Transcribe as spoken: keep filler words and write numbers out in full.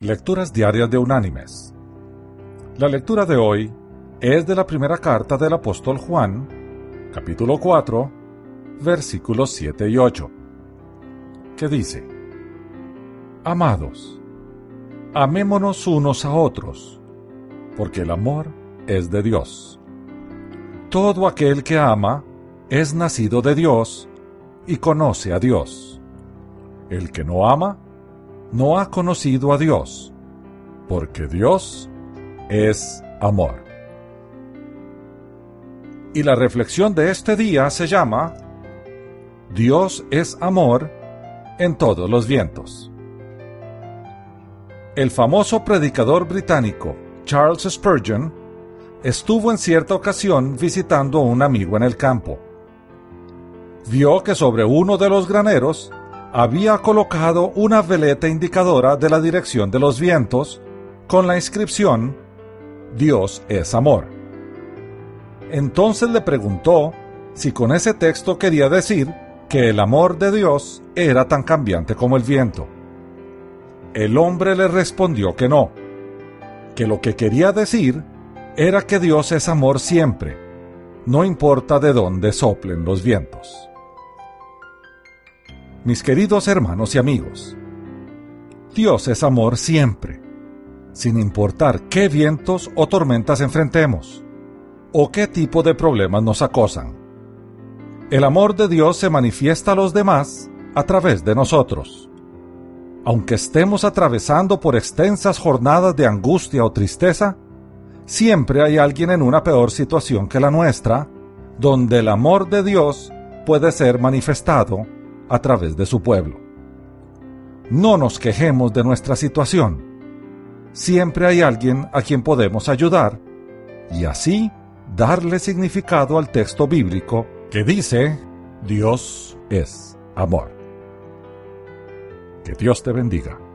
Lecturas diarias de Unánimes. La lectura de hoy es de la primera carta del apóstol Juan, capítulo cuatro, versículos siete y ocho, que dice: Amados, amémonos unos a otros, porque el amor es de Dios. Todo aquel que ama es nacido de Dios y conoce a Dios. El que no ama no ha conocido a Dios, porque Dios es amor. Y la reflexión de este día se llama Dios es amor en todos los vientos. El famoso predicador británico Charles Spurgeon estuvo en cierta ocasión visitando a un amigo en el campo. Vio que sobre uno de los graneros había colocado una veleta indicadora de la dirección de los vientos con la inscripción Dios es amor. Entonces le preguntó si con ese texto quería decir que el amor de Dios era tan cambiante como el viento. El hombre le respondió que no, que lo que quería decir era que Dios es amor siempre, no importa de dónde soplen los vientos. Mis queridos hermanos y amigos, Dios es amor siempre, sin importar qué vientos o tormentas enfrentemos, o qué tipo de problemas nos acosan. El amor de Dios se manifiesta a los demás a través de nosotros. Aunque estemos atravesando por extensas jornadas de angustia o tristeza, siempre hay alguien en una peor situación que la nuestra, donde el amor de Dios puede ser manifestado a través de su pueblo. No nos quejemos de nuestra situación. Siempre hay alguien a quien podemos ayudar y así darle significado al texto bíblico que dice: Dios es amor. Que Dios te bendiga.